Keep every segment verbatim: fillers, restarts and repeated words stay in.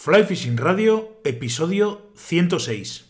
Fly Fishing Radio, episodio ciento seis.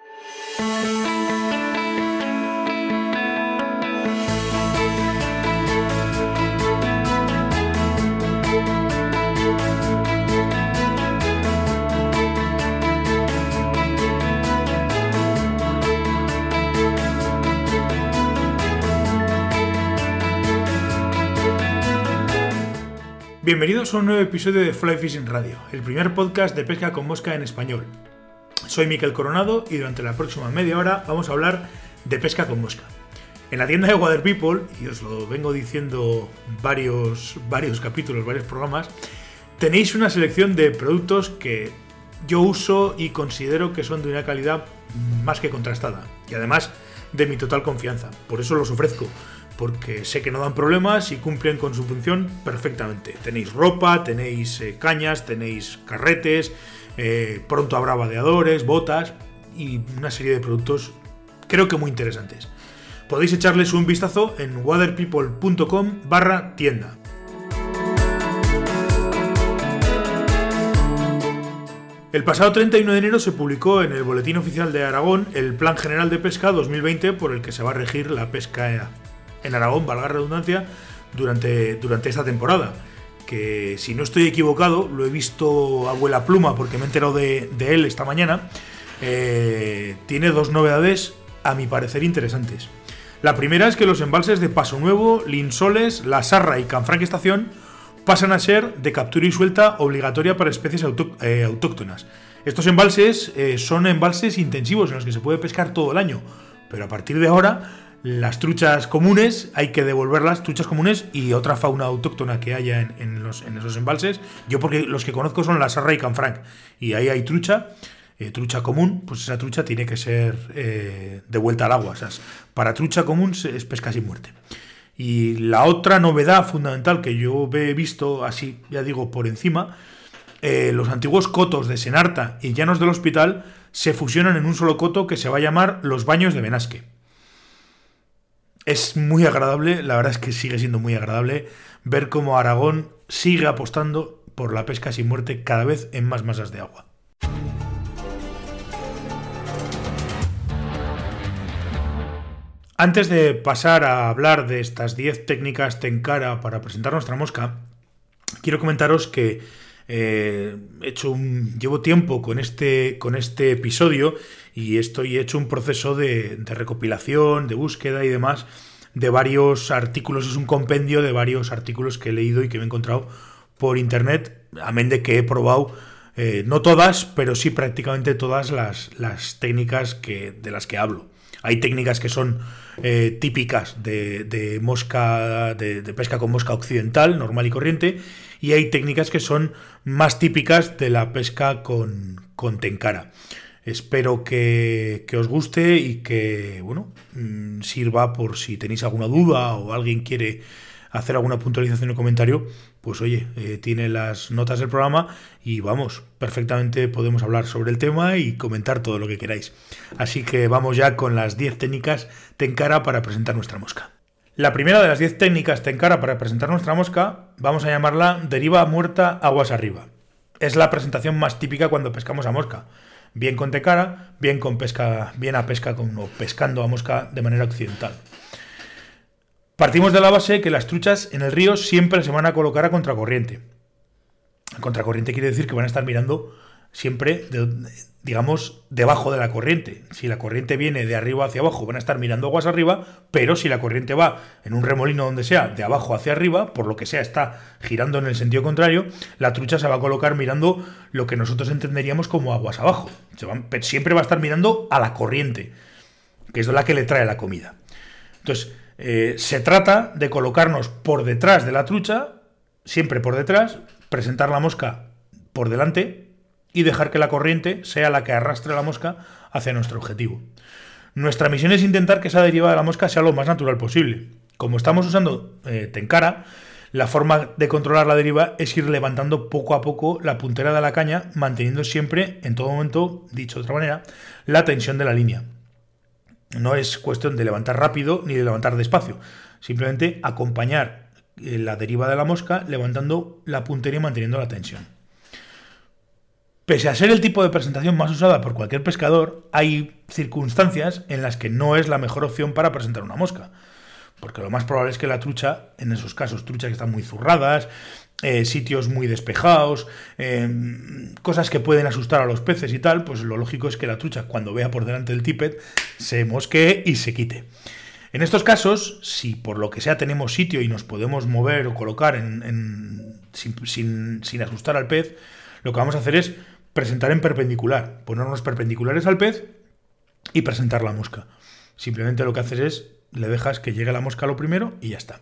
Bienvenidos a un nuevo episodio de Fly Fishing Radio, el primer podcast de pesca con mosca en español. Soy Miquel Coronado y durante la próxima media hora vamos a hablar de pesca con mosca. En la tienda de Water People, y os lo vengo diciendo varios, varios capítulos, varios programas, tenéis una selección de productos que yo uso y considero que son de una calidad más que contrastada y además de mi total confianza. Por eso los ofrezco, porque sé que no dan problemas y cumplen con su función perfectamente. Tenéis ropa, tenéis eh, cañas, tenéis carretes, eh, pronto habrá vadeadores, botas y una serie de productos creo que muy interesantes. Podéis echarles un vistazo en waterpeople.com barra tienda. El pasado treinta y uno de enero se publicó en el Boletín Oficial de Aragón el Plan General de Pesca dos mil veinte por el que se va a regir la pesca en Aragón, valga la redundancia, durante, durante esta temporada. Que si no estoy equivocado, lo he visto a vuela pluma porque me he enterado de, de él esta mañana, eh, tiene dos novedades a mi parecer interesantes. La primera es que los embalses de Paso Nuevo, Linsoles, La Sarra y Canfranc Estación pasan a ser de captura y suelta obligatoria para especies auto, eh, autóctonas. Estos embalses eh, son embalses intensivos en los que se puede pescar todo el año, pero a partir de ahora las truchas comunes hay que devolverlas, truchas comunes y otra fauna autóctona que haya en, en, los, en esos embalses. Yo porque los que conozco son La Sarra y Canfranc y ahí hay trucha, eh, trucha común, pues esa trucha tiene que ser eh, devuelta al agua. O sea, para trucha común es pesca sin muerte. Y la otra novedad fundamental que yo he visto, así ya digo por encima, eh, los antiguos cotos de Senarta y Llanos del Hospital se fusionan en un solo coto que se va a llamar Los Baños de Benasque. Es muy agradable, la verdad es que sigue siendo muy agradable ver cómo Aragón sigue apostando por la pesca sin muerte cada vez en más masas de agua. Antes de pasar a hablar de estas diez técnicas Tenkara para presentar nuestra mosca, quiero comentaros que eh, he hecho un, llevo tiempo con este, con este episodio y estoy he hecho un proceso de, de recopilación, de búsqueda y demás de varios artículos. Es un compendio de varios artículos que he leído y que me he encontrado por internet, amén de que he probado eh, no todas, pero sí prácticamente todas las, las técnicas que, de las que hablo. Hay técnicas que son eh, típicas de, de mosca, de, de pesca con mosca occidental, normal y corriente, y hay técnicas que son más típicas de la pesca con, con Tenkara. Espero que, que os guste y que bueno sirva por si tenéis alguna duda o alguien quiere hacer alguna puntualización o comentario, pues oye, eh, tiene las notas del programa y vamos, perfectamente podemos hablar sobre el tema y comentar todo lo que queráis. Así que vamos ya con las diez técnicas Tenkara para presentar nuestra mosca. La primera de las diez técnicas Tenkara para presentar nuestra mosca vamos a llamarla deriva muerta aguas arriba. Es la presentación más típica cuando pescamos a mosca, bien con Tenkara, bien con pesca, bien a pesca con, o pescando a mosca de manera occidental. Partimos de la base que las truchas en el río siempre se van a colocar a contracorriente. A contracorriente quiere decir que van a estar mirando siempre, de, digamos, debajo de la corriente. Si la corriente viene de arriba hacia abajo, van a estar mirando aguas arriba, pero si la corriente va en un remolino donde sea, de abajo hacia arriba, por lo que sea, está girando en el sentido contrario, la trucha se va a colocar mirando lo que nosotros entenderíamos como aguas abajo. Se van, siempre va a estar mirando a la corriente, que es la que le trae la comida. Entonces, Eh, se trata de colocarnos por detrás de la trucha, siempre por detrás, presentar la mosca por delante y dejar que la corriente sea la que arrastre la mosca hacia nuestro objetivo. Nuestra misión es intentar que esa deriva de la mosca sea lo más natural posible. Como estamos usando eh, Tenkara, la forma de controlar la deriva es ir levantando poco a poco la puntera de la caña, manteniendo siempre, en todo momento, dicho de otra manera, la tensión de la línea. No es cuestión de levantar rápido ni de levantar despacio, simplemente acompañar la deriva de la mosca levantando la puntera y manteniendo la tensión. Pese a ser el tipo de presentación más usada por cualquier pescador, hay circunstancias en las que no es la mejor opción para presentar una mosca. Porque lo más probable es que la trucha, en esos casos, truchas que están muy zurradas, eh, sitios muy despejados, eh, cosas que pueden asustar a los peces y tal, pues lo lógico es que la trucha, cuando vea por delante del tippet, se mosquee y se quite. En estos casos, si por lo que sea tenemos sitio y nos podemos mover o colocar en, en, sin, sin, sin asustar al pez, lo que vamos a hacer es presentar en perpendicular, ponernos perpendiculares al pez y presentar la mosca. Simplemente lo que haces es, le dejas que llegue la mosca lo primero y ya está.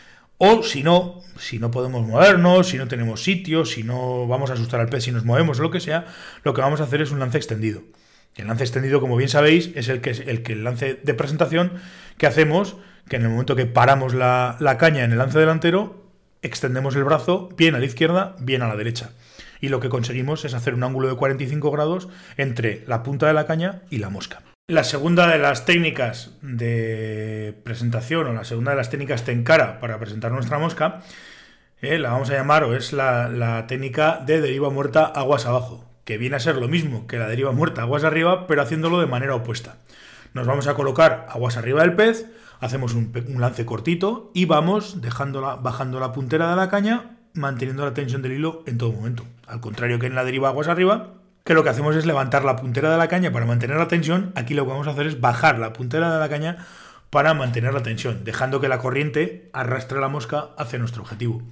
O si no, si no podemos movernos, si no tenemos sitio, si no vamos a asustar al pez, si nos movemos o lo que sea, lo que vamos a hacer es un lance extendido. El lance extendido, como bien sabéis, es el que, el que el lance de presentación que hacemos, que en el momento que paramos la, la caña en el lance delantero, extendemos el brazo bien a la izquierda, bien a la derecha. Y lo que conseguimos es hacer un ángulo de cuarenta y cinco grados entre la punta de la caña y la mosca. La segunda de las técnicas de presentación, o la segunda de las técnicas tenkara para presentar nuestra mosca, eh, la vamos a llamar, o es la, la técnica de deriva muerta aguas abajo, que viene a ser lo mismo que la deriva muerta aguas arriba, pero haciéndolo de manera opuesta. Nos vamos a colocar aguas arriba del pez, hacemos un, un lance cortito y vamos dejándola, bajando la puntera de la caña, manteniendo la tensión del hilo en todo momento. Al contrario que en la deriva aguas arriba, que lo que hacemos es levantar la puntera de la caña para mantener la tensión, aquí lo que vamos a hacer es bajar la puntera de la caña para mantener la tensión, dejando que la corriente arrastre la mosca hacia nuestro objetivo.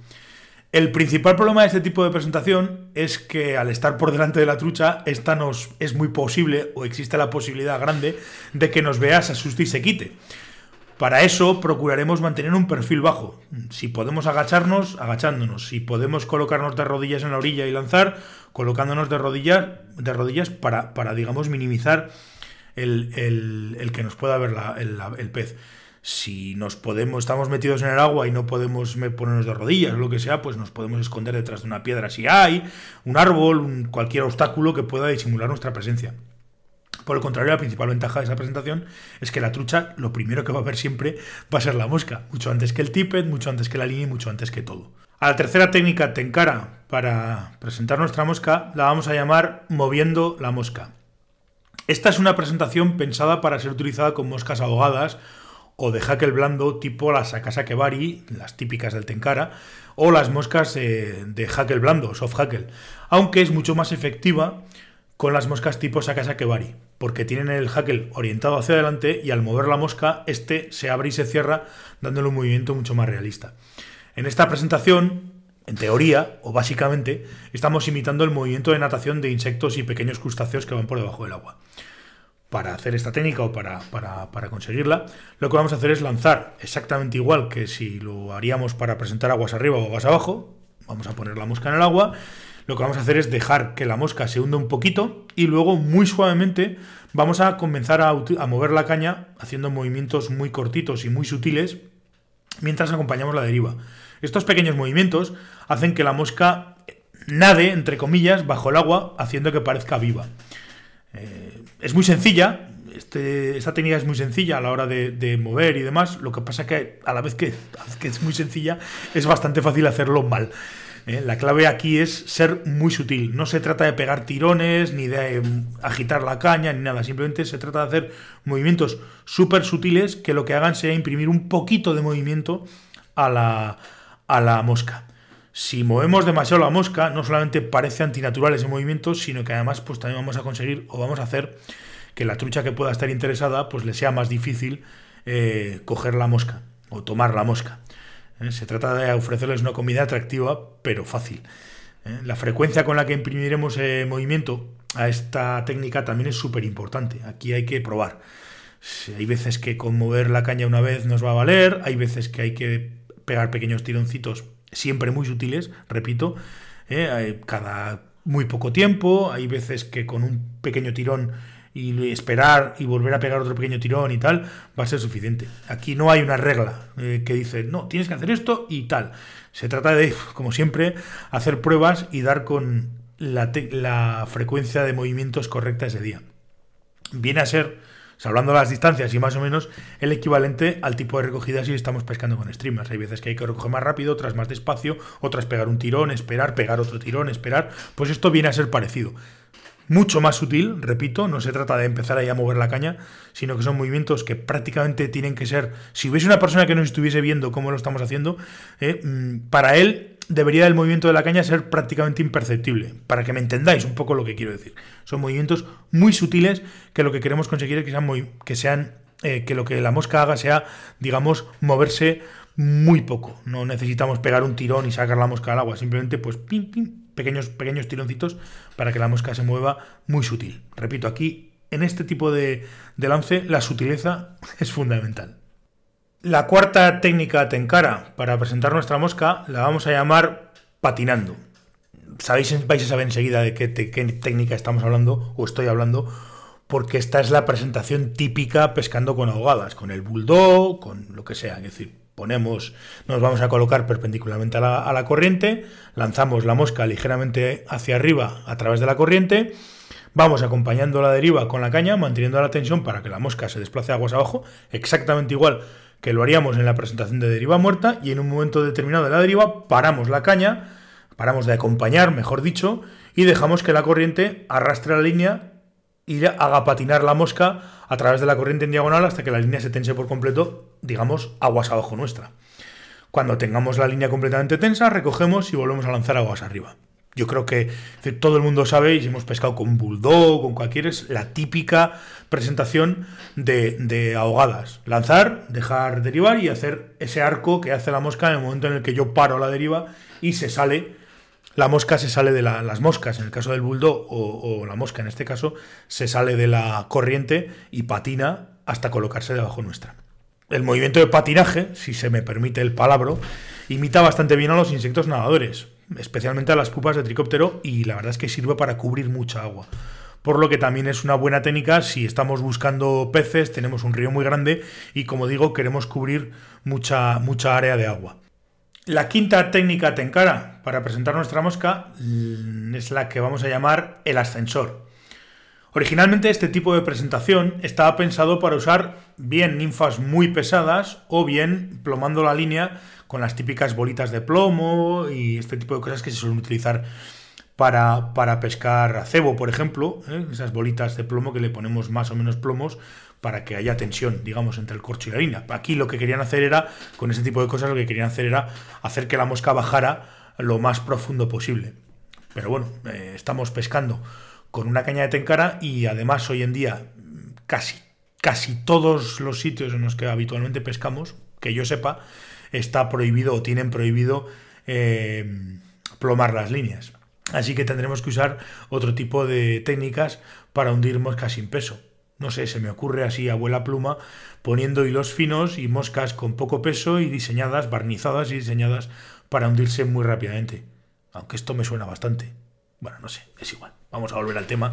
El principal problema de este tipo de presentación es que al estar por delante de la trucha, esta nos es muy posible, o existe la posibilidad grande, de que nos vea, se asuste y se quite. Para eso procuraremos mantener un perfil bajo. Si podemos agacharnos, agachándonos. Si podemos colocarnos de rodillas en la orilla y lanzar, colocándonos de rodillas, de rodillas para, para digamos, minimizar el, el, el que nos pueda ver la, el, la, el pez. Si nos podemos, estamos metidos en el agua y no podemos ponernos de rodillas o lo que sea, pues nos podemos esconder detrás de una piedra si hay, un árbol, un, cualquier obstáculo que pueda disimular nuestra presencia. Por el contrario, la principal ventaja de esa presentación es que la trucha, lo primero que va a ver siempre va a ser la mosca, mucho antes que el tippet, mucho antes que la línea y mucho antes que todo. A la tercera técnica tenkara para presentar nuestra mosca la vamos a llamar moviendo la mosca. Esta es una presentación pensada para ser utilizada con moscas ahogadas o de hackle blando tipo las Sakasakebari, las típicas del tenkara, o las moscas eh, de hackle blando, soft hackle, aunque es mucho más efectiva con las moscas tipo Sakasakebari, porque tienen el hackle orientado hacia adelante y al mover la mosca, este se abre y se cierra, dándole un movimiento mucho más realista. En esta presentación, en teoría, o básicamente, estamos imitando el movimiento de natación de insectos y pequeños crustáceos que van por debajo del agua. Para hacer esta técnica o para, para, para conseguirla, lo que vamos a hacer es lanzar exactamente igual que si lo haríamos para presentar aguas arriba o aguas abajo. Vamos a poner la mosca en el agua. Lo que vamos a hacer es dejar que la mosca se hunda un poquito y luego muy suavemente vamos a comenzar a, a mover la caña haciendo movimientos muy cortitos y muy sutiles mientras acompañamos la deriva. Estos pequeños movimientos hacen que la mosca nade, entre comillas, bajo el agua, haciendo que parezca viva. Eh, es muy sencilla, este, esta técnica es muy sencilla a la hora de, de mover y demás, lo que pasa que a la vez que, a la vez que es muy sencilla, es bastante fácil hacerlo mal. Eh, la clave aquí es ser muy sutil, no se trata de pegar tirones, ni de eh, agitar la caña, ni nada, simplemente se trata de hacer movimientos súper sutiles que lo que hagan sea imprimir un poquito de movimiento a la, a la mosca. Si movemos demasiado la mosca, no solamente parece antinatural ese movimiento, sino que además pues también vamos a conseguir o vamos a hacer que la trucha que pueda estar interesada pues le sea más difícil eh, coger la mosca o tomar la mosca. ¿Eh? Se trata de ofrecerles una comida atractiva, pero fácil. ¿Eh? La frecuencia con la que imprimiremos eh, movimiento a esta técnica también es súper importante. Aquí hay que probar. Hay veces que con mover la caña una vez nos va a valer, hay veces que hay que pegar pequeños tironcitos siempre muy sutiles, repito, eh, cada muy poco tiempo, hay veces que con un pequeño tirón y esperar y volver a pegar otro pequeño tirón y tal, va a ser suficiente. Aquí no hay una regla eh, que dice, no, tienes que hacer esto y tal. Se trata de, como siempre, hacer pruebas y dar con la, te- la frecuencia de movimientos correcta ese día. Viene a ser, hablando de las distancias y más o menos, el equivalente al tipo de recogida si estamos pescando con streamers. Hay veces que hay que recoger más rápido, otras más despacio, otras pegar un tirón, esperar, pegar otro tirón, esperar. Pues esto viene a ser parecido. mucho más sutil, repito, no se trata de empezar ahí a mover la caña, sino que son movimientos que prácticamente tienen que ser, si hubiese una persona que nos estuviese viendo cómo lo estamos haciendo, eh, para él debería el movimiento de la caña ser prácticamente imperceptible, para que me entendáis un poco lo que quiero decir. Son movimientos muy sutiles que lo que queremos conseguir es que sean, muy, que, sean eh, que lo que la mosca haga sea, digamos, moverse muy poco. No necesitamos pegar un tirón y sacar la mosca al agua, simplemente pues pim, pim, pequeños, pequeños tironcitos para que la mosca se mueva muy sutil. Repito, aquí en este tipo de, de lance la sutileza es fundamental. La cuarta técnica tenkara para presentar nuestra mosca la vamos a llamar patinando. Sabéis, vais a saber enseguida de qué, te, qué técnica estamos hablando o estoy hablando, porque esta es la presentación típica pescando con ahogadas, con el bulldog, con lo que sea. Es decir, ponemos, nos vamos a colocar perpendicularmente a la, a la corriente, lanzamos la mosca ligeramente hacia arriba a través de la corriente, vamos acompañando la deriva con la caña, manteniendo la tensión para que la mosca se desplace aguas abajo, exactamente igual que lo haríamos en la presentación de deriva muerta, y en un momento determinado de la deriva paramos la caña, paramos de acompañar, mejor dicho, y dejamos que la corriente arrastre la línea y haga patinar la mosca a través de la corriente en diagonal hasta que la línea se tense por completo, digamos, aguas abajo nuestra. Cuando tengamos la línea completamente tensa, recogemos y volvemos a lanzar aguas arriba. Yo creo que todo el mundo sabe, y si hemos pescado con bulldog, con cualquier, es la típica presentación de, de ahogadas. Lanzar, dejar derivar y hacer ese arco que hace la mosca en el momento en el que yo paro la deriva y se sale, la mosca se sale de la, las moscas, en el caso del bulldog, o, o la mosca en este caso, se sale de la corriente y patina hasta colocarse debajo nuestra. El movimiento de patinaje, si se me permite el palabra, imita bastante bien a los insectos nadadores, especialmente a las pupas de tricóptero, y la verdad es que sirve para cubrir mucha agua. Por lo que también es una buena técnica si estamos buscando peces, tenemos un río muy grande y, como digo, queremos cubrir mucha, mucha área de agua. La quinta técnica tenkara para presentar nuestra mosca es la que vamos a llamar el ascensor. Originalmente este tipo de presentación estaba pensado para usar bien ninfas muy pesadas o bien plomando la línea con las típicas bolitas de plomo y este tipo de cosas que se suelen utilizar para, para pescar cebo, por ejemplo, ¿eh? Esas bolitas de plomo que le ponemos más o menos plomos para que haya tensión, digamos, entre el corcho y la línea. Aquí lo que querían hacer era, con ese tipo de cosas, lo que querían hacer era hacer que la mosca bajara lo más profundo posible. Pero bueno, eh, estamos pescando con una caña de tenkara y además hoy en día casi, casi todos los sitios en los que habitualmente pescamos, que yo sepa, está prohibido o tienen prohibido eh, plomar las líneas. Así que tendremos que usar otro tipo de técnicas para hundir moscas sin peso. No sé, se me ocurre así abuela pluma, poniendo hilos finos y moscas con poco peso y diseñadas, barnizadas y diseñadas para hundirse muy rápidamente. Aunque esto me suena bastante. Bueno, no sé, es igual. Vamos a volver al tema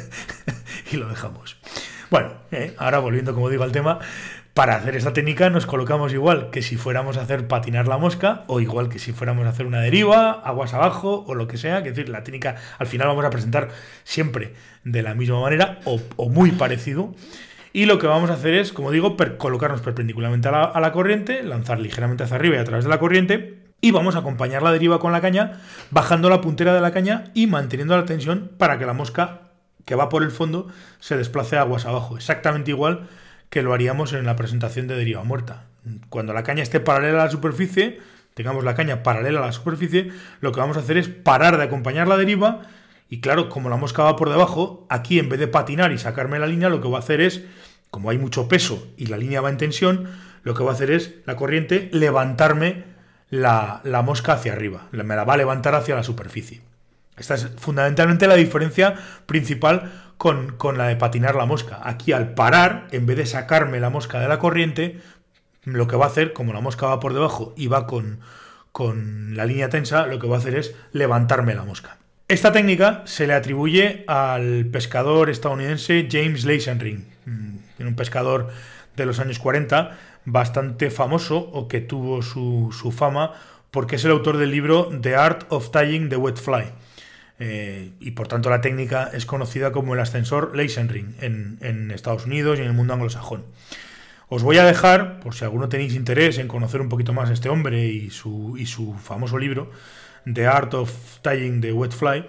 y lo dejamos. Bueno, eh, ahora volviendo, como digo, al tema, para hacer esta técnica nos colocamos igual que si fuéramos a hacer patinar la mosca o igual que si fuéramos a hacer una deriva, aguas abajo o lo que sea. Es decir, la técnica al final vamos a presentar siempre de la misma manera o, o muy parecido. Y lo que vamos a hacer es, como digo, per- colocarnos perpendicularmente a la, a la corriente, lanzar ligeramente hacia arriba y a través de la corriente. Y vamos a acompañar la deriva con la caña, bajando la puntera de la caña y manteniendo la tensión para que la mosca que va por el fondo se desplace aguas abajo. Exactamente igual que lo haríamos en la presentación de deriva muerta. Cuando la caña esté paralela a la superficie, tengamos la caña paralela a la superficie, lo que vamos a hacer es parar de acompañar la deriva y, claro, como la mosca va por debajo, aquí en vez de patinar y sacarme la línea, lo que voy a hacer es, como hay mucho peso y la línea va en tensión, lo que voy a hacer es, la corriente, levantarme La, la mosca hacia arriba, me la va a levantar hacia la superficie. Esta es fundamentalmente la diferencia principal con, con la de patinar la mosca. Aquí, al parar, en vez de sacarme la mosca de la corriente, lo que va a hacer, como la mosca va por debajo y va con, con la línea tensa, lo que va a hacer es levantarme la mosca. Esta técnica se le atribuye al pescador estadounidense James Laysenring, un pescador de los años cuarenta, bastante famoso, o que tuvo su, su fama, porque es el autor del libro The Art of Tying the Wet Fly. Eh, y por tanto la técnica es conocida como el ascensor Laysenring en, en Estados Unidos y en el mundo anglosajón. Os voy a dejar, por si alguno tenéis interés en conocer un poquito más a este hombre y su, y su famoso libro, The Art of Tying the Wet Fly,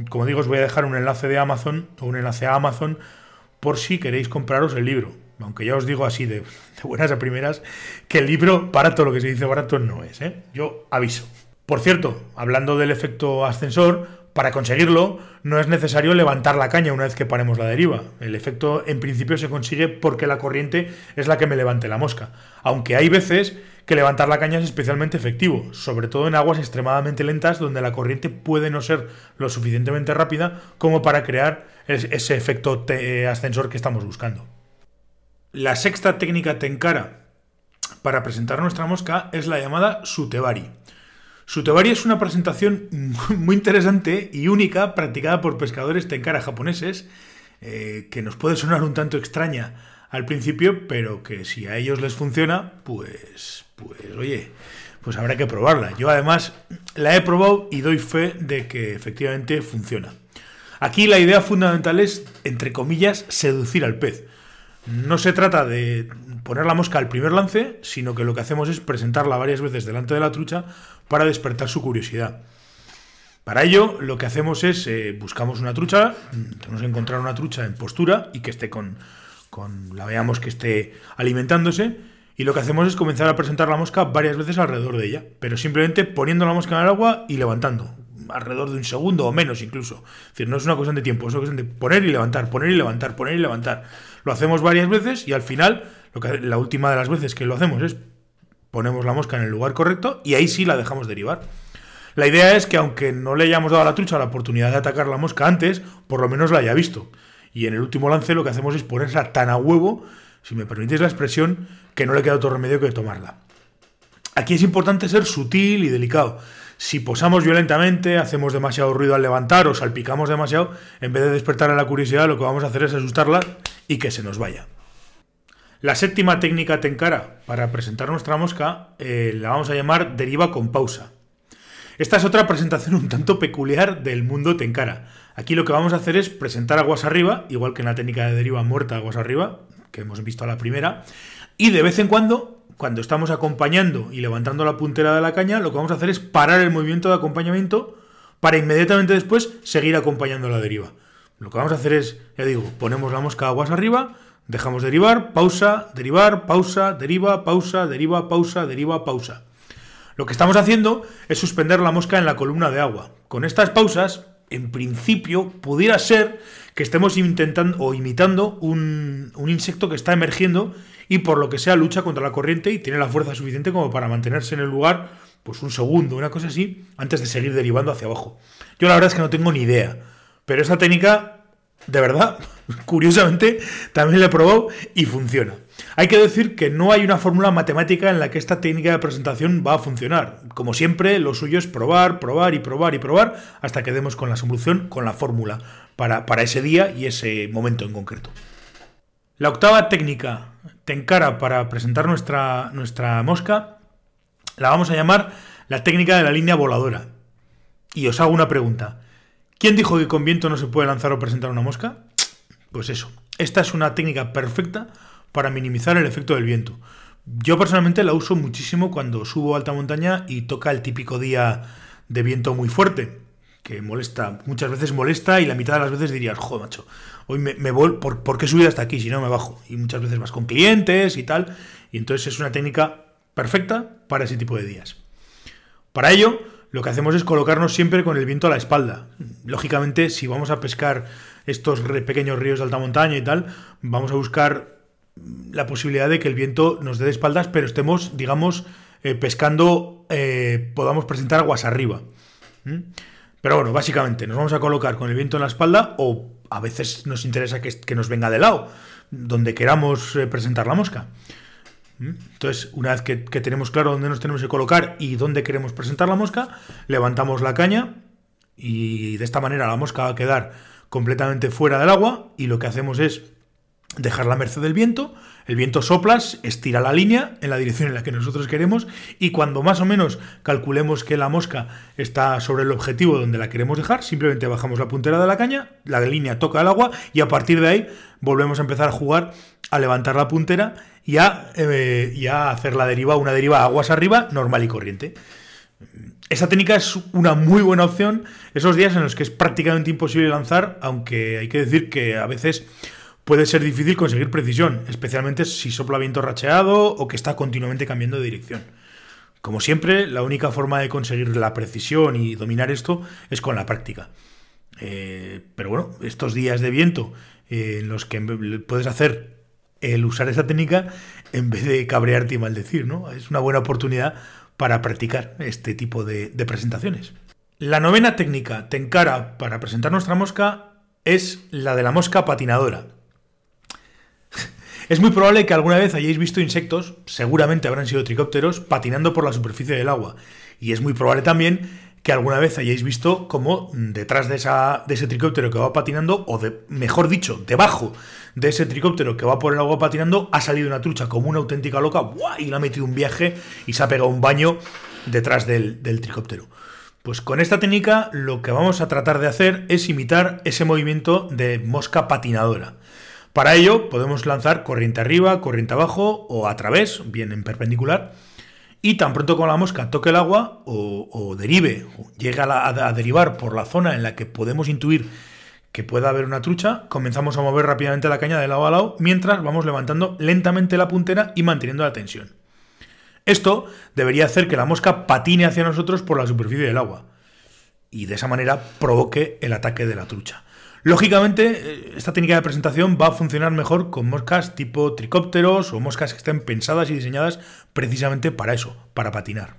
Como digo, os voy a dejar un enlace de Amazon o un enlace a Amazon por si queréis compraros el libro. Aunque ya os digo así de, de buenas a primeras que el libro, barato, lo que se dice barato, no es, ¿eh? Yo aviso. Por cierto, hablando del efecto ascensor, para conseguirlo no es necesario levantar la caña una vez que paremos la deriva. El efecto en principio se consigue porque la corriente es la que me levante la mosca. Aunque hay veces que levantar la caña es especialmente efectivo, sobre todo en aguas extremadamente lentas donde la corriente puede no ser lo suficientemente rápida como para crear ese efecto ascensor que estamos buscando. La sexta técnica tenkara para presentar nuestra mosca es la llamada Sutebari. Sutebari es una presentación muy interesante y única practicada por pescadores tenkara japoneses, eh, que nos puede sonar un tanto extraña al principio, pero que si a ellos les funciona, pues, pues oye, pues habrá que probarla. Yo además la he probado y doy fe de que efectivamente funciona. Aquí la idea fundamental es, entre comillas, seducir al pez. No se trata de poner la mosca al primer lance, sino que lo que hacemos es presentarla varias veces delante de la trucha para despertar su curiosidad. Para ello, lo que hacemos es, eh, buscamos una trucha, tenemos que encontrar una trucha en postura y que esté con, con, la veamos que esté alimentándose, y lo que hacemos es comenzar a presentar la mosca varias veces alrededor de ella, pero simplemente poniendo la mosca en el agua y levantando, alrededor de un segundo o menos incluso. Es decir, no es una cuestión de tiempo, es una cuestión de poner y levantar, poner y levantar, poner y levantar. Lo hacemos varias veces y al final, lo que, la última de las veces que lo hacemos es ponemos la mosca en el lugar correcto y ahí sí la dejamos derivar. La idea es que aunque no le hayamos dado a la trucha la oportunidad de atacar la mosca antes, por lo menos la haya visto. Y en el último lance lo que hacemos es ponerla tan a huevo, si me permitís la expresión, que no le queda otro remedio que tomarla. Aquí es importante ser sutil y delicado. Si posamos violentamente, hacemos demasiado ruido al levantar o salpicamos demasiado, en vez de despertarle la curiosidad, lo que vamos a hacer es asustarla y que se nos vaya. La séptima técnica tenkara para presentar nuestra mosca eh, la vamos a llamar deriva con pausa. Esta es otra presentación un tanto peculiar del mundo tenkara. Aquí lo que vamos a hacer es presentar aguas arriba, igual que en la técnica de deriva muerta aguas arriba, que hemos visto a la primera, y de vez en cuando, cuando estamos acompañando y levantando la puntera de la caña, lo que vamos a hacer es parar el movimiento de acompañamiento para inmediatamente después seguir acompañando la deriva. Lo que vamos a hacer es, ya digo, ponemos la mosca aguas arriba, dejamos derivar, pausa, derivar, pausa, deriva, pausa, deriva, pausa, deriva, pausa. Lo que estamos haciendo es suspender la mosca en la columna de agua. Con estas pausas, en principio, pudiera ser que estemos intentando o imitando un, un insecto que está emergiendo y por lo que sea lucha contra la corriente y tiene la fuerza suficiente como para mantenerse en el lugar pues un segundo, una cosa así, antes de seguir derivando hacia abajo. Yo la verdad es que no tengo ni idea, pero esta técnica, de verdad, curiosamente, también la he probado y funciona. Hay que decir que no hay una fórmula matemática en la que esta técnica de presentación va a funcionar. Como siempre, lo suyo es probar, probar y probar y probar hasta que demos con la solución, con la fórmula para, para ese día y ese momento en concreto. La octava técnica tenkara para presentar nuestra, nuestra mosca la vamos a llamar la técnica de la línea voladora. Y os hago una pregunta. ¿Quién dijo que con viento no se puede lanzar o presentar una mosca? Pues eso. Esta es una técnica perfecta para minimizar el efecto del viento. Yo personalmente la uso muchísimo cuando subo a alta montaña y toca el típico día de viento muy fuerte, que molesta, muchas veces molesta y la mitad de las veces dirías, joder, macho, hoy me, me voy, ¿por, ¿por qué subir hasta aquí si no me bajo? Y muchas veces vas con clientes y tal, y entonces es una técnica perfecta para ese tipo de días. Para ello, lo que hacemos es colocarnos siempre con el viento a la espalda. Lógicamente, si vamos a pescar estos pequeños ríos de alta montaña y tal, vamos a buscar la posibilidad de que el viento nos dé de espaldas, pero estemos, digamos, eh, pescando, eh, podamos presentar aguas arriba. ¿Mm? Pero bueno, básicamente nos vamos a colocar con el viento en la espalda o a veces nos interesa que, que nos venga de lado, donde queramos eh, presentar la mosca. ¿Mm? Entonces, una vez que, que tenemos claro dónde nos tenemos que colocar y dónde queremos presentar la mosca, levantamos la caña y de esta manera la mosca va a quedar completamente fuera del agua y lo que hacemos es dejarla a merced del viento, el viento sopla, estira la línea en la dirección en la que nosotros queremos y cuando más o menos calculemos que la mosca está sobre el objetivo donde la queremos dejar, simplemente bajamos la puntera de la caña, la línea toca el agua y a partir de ahí volvemos a empezar a jugar, a levantar la puntera y a, eh, y a hacer la deriva, una deriva aguas arriba normal y corriente. esta técnica es una muy buena opción esos días en los que es prácticamente imposible lanzar, aunque hay que decir que a veces puede ser difícil conseguir precisión, especialmente si sopla viento racheado o que está continuamente cambiando de dirección. Como siempre, la única forma de conseguir la precisión y dominar esto es con la práctica. Eh, pero bueno, estos días de viento eh, en los que puedes hacer el usar esa técnica en vez de cabrearte y maldecir, ¿no? Es una buena oportunidad para practicar este tipo de, de presentaciones. La novena técnica tenkara para presentar nuestra mosca es la de la mosca patinadora. Es muy probable que alguna vez hayáis visto insectos, seguramente habrán sido tricópteros, patinando por la superficie del agua. Y es muy probable también que alguna vez hayáis visto cómo detrás de, esa, de ese tricóptero que va patinando, o de, mejor dicho, debajo de ese tricóptero que va por el agua patinando, ha salido una trucha como una auténtica loca, ¡buah!, y le ha metido un viaje y se ha pegado un baño detrás del, del tricóptero. Pues con esta técnica lo que vamos a tratar de hacer es imitar ese movimiento de mosca patinadora. Para ello podemos lanzar corriente arriba, corriente abajo o a través, bien en perpendicular, y tan pronto como la mosca toque el agua o, o derive, o llegue a, la, a derivar por la zona en la que podemos intuir que pueda haber una trucha, comenzamos a mover rápidamente la caña de lado a lado mientras vamos levantando lentamente la puntera y manteniendo la tensión. Esto debería hacer que la mosca patine hacia nosotros por la superficie del agua y de esa manera provoque el ataque de la trucha. Lógicamente, esta técnica de presentación va a funcionar mejor con moscas tipo tricópteros o moscas que estén pensadas y diseñadas precisamente para eso, para patinar.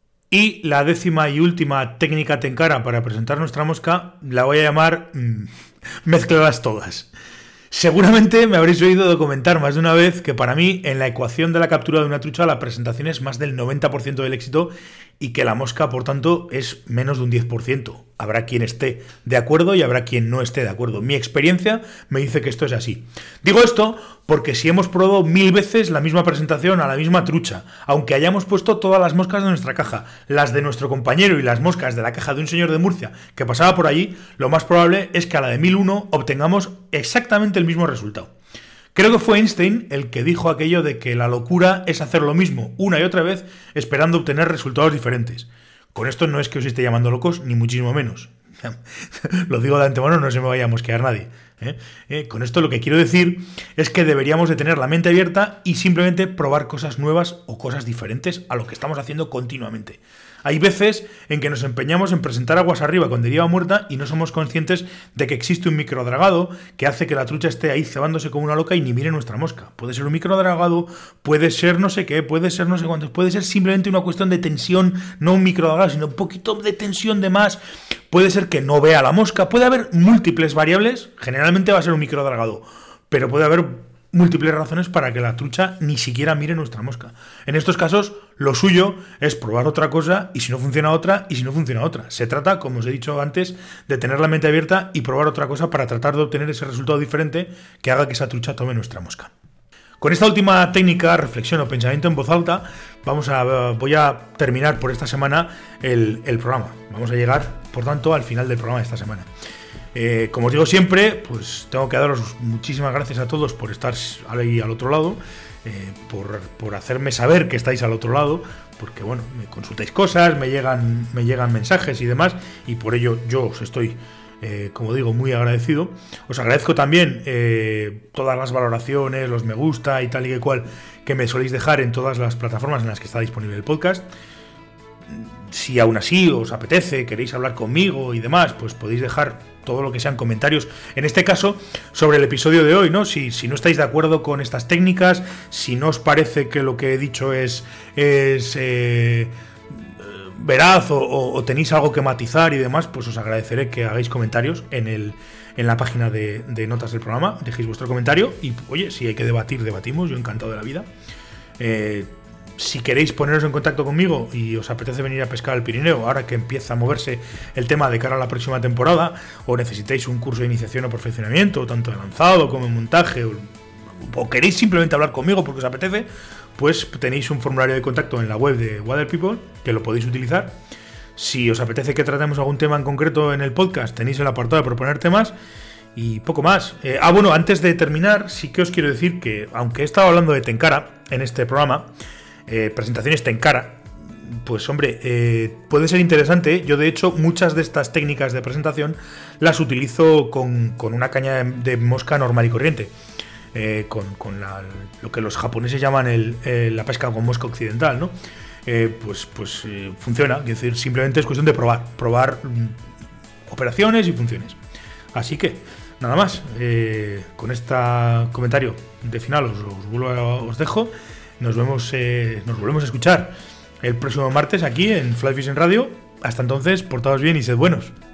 Y la décima y última técnica tenkara para presentar nuestra mosca la voy a llamar mmm, mezcladas todas. Seguramente me habréis oído documentar más de una vez que para mí en la ecuación de la captura de una trucha la presentación es más del noventa por ciento del éxito y que la mosca, por tanto, es menos de un diez por ciento. Habrá quien esté de acuerdo y habrá quien no esté de acuerdo. Mi experiencia me dice que esto es así. Digo esto porque si hemos probado mil veces la misma presentación a la misma trucha, aunque hayamos puesto todas las moscas de nuestra caja, las de nuestro compañero y las moscas de la caja de un señor de Murcia que pasaba por allí, lo más probable es que a la de mil uno obtengamos exactamente el mismo resultado. Creo que fue Einstein el que dijo aquello de que la locura es hacer lo mismo una y otra vez esperando obtener resultados diferentes. Con esto no es que os esté llamando locos, ni muchísimo menos. Lo digo de antemano, no se me vaya a mosquear nadie. ¿eh? Eh, con esto lo que quiero decir es que deberíamos de tener la mente abierta y simplemente probar cosas nuevas o cosas diferentes a lo que estamos haciendo continuamente. Hay veces en que nos empeñamos en presentar aguas arriba con deriva muerta y no somos conscientes de que existe un microdragado que hace que la trucha esté ahí cebándose como una loca y ni mire nuestra mosca. Puede ser un microdragado, puede ser no sé qué, puede ser no sé cuántos, puede ser simplemente una cuestión de tensión, no un microdragado, sino un poquito de tensión de más. Puede ser que no vea la mosca, puede haber múltiples variables, generalmente va a ser un microdragado, pero puede haber múltiples razones para que la trucha ni siquiera mire nuestra mosca. En estos casos, lo suyo es probar otra cosa y si no funciona otra, y si no funciona otra. Se trata, como os he dicho antes, de tener la mente abierta y probar otra cosa para tratar de obtener ese resultado diferente que haga que esa trucha tome nuestra mosca. Con esta última técnica, reflexión o pensamiento en voz alta, vamos a, voy a terminar por esta semana el, el programa. Vamos a llegar, por tanto, al final del programa de esta semana. Eh, como os digo siempre, pues tengo que daros muchísimas gracias a todos por estar ahí al otro lado, eh, por, por hacerme saber que estáis al otro lado, porque bueno, me consultáis cosas, me llegan, me llegan mensajes y demás, y por ello yo os estoy, eh, como digo, muy agradecido. Os agradezco también eh, todas las valoraciones, los me gusta y tal y que cual que me soléis dejar en todas las plataformas en las que está disponible el podcast. Si aún así os apetece, queréis hablar conmigo y demás, pues podéis dejar todo lo que sean comentarios, en este caso, sobre el episodio de hoy, ¿no? Si, si no estáis de acuerdo con estas técnicas, si no os parece que lo que he dicho es, es eh, veraz o, o tenéis algo que matizar y demás, pues os agradeceré que hagáis comentarios en, el, en la página de, de notas del programa, dejéis vuestro comentario y, oye, si hay que debatir, debatimos, yo encantado de la vida. Eh, Si queréis poneros en contacto conmigo y os apetece venir a pescar al Pirineo, ahora que empieza a moverse el tema de cara a la próxima temporada, o necesitáis un curso de iniciación o perfeccionamiento, tanto de lanzado como en montaje, o, o queréis simplemente hablar conmigo porque os apetece, pues tenéis un formulario de contacto en la web de Water People, que lo podéis utilizar. Si os apetece que tratemos algún tema en concreto en el podcast, tenéis el apartado de proponer temas. Y poco más. Eh, ah, bueno, antes de terminar, sí que os quiero decir que, aunque he estado hablando de tenkara en este programa, Eh, presentaciones tenkara, pues hombre, eh, puede ser interesante. Yo de hecho muchas de estas técnicas de presentación las utilizo con, con una caña de, de mosca normal y corriente. Eh, con, con la, lo que los japoneses llaman el, eh, la pesca con mosca occidental, ¿no? Eh, pues pues eh, funciona, es decir, simplemente es cuestión de probar, probar mm, operaciones y funciones. Así que, nada más, eh, con este comentario de final os, os, vuelvo a, os dejo, nos vemos, eh, nos volvemos a escuchar el próximo martes aquí en Fly Fishing Radio. Hasta entonces, portaos bien y sed buenos.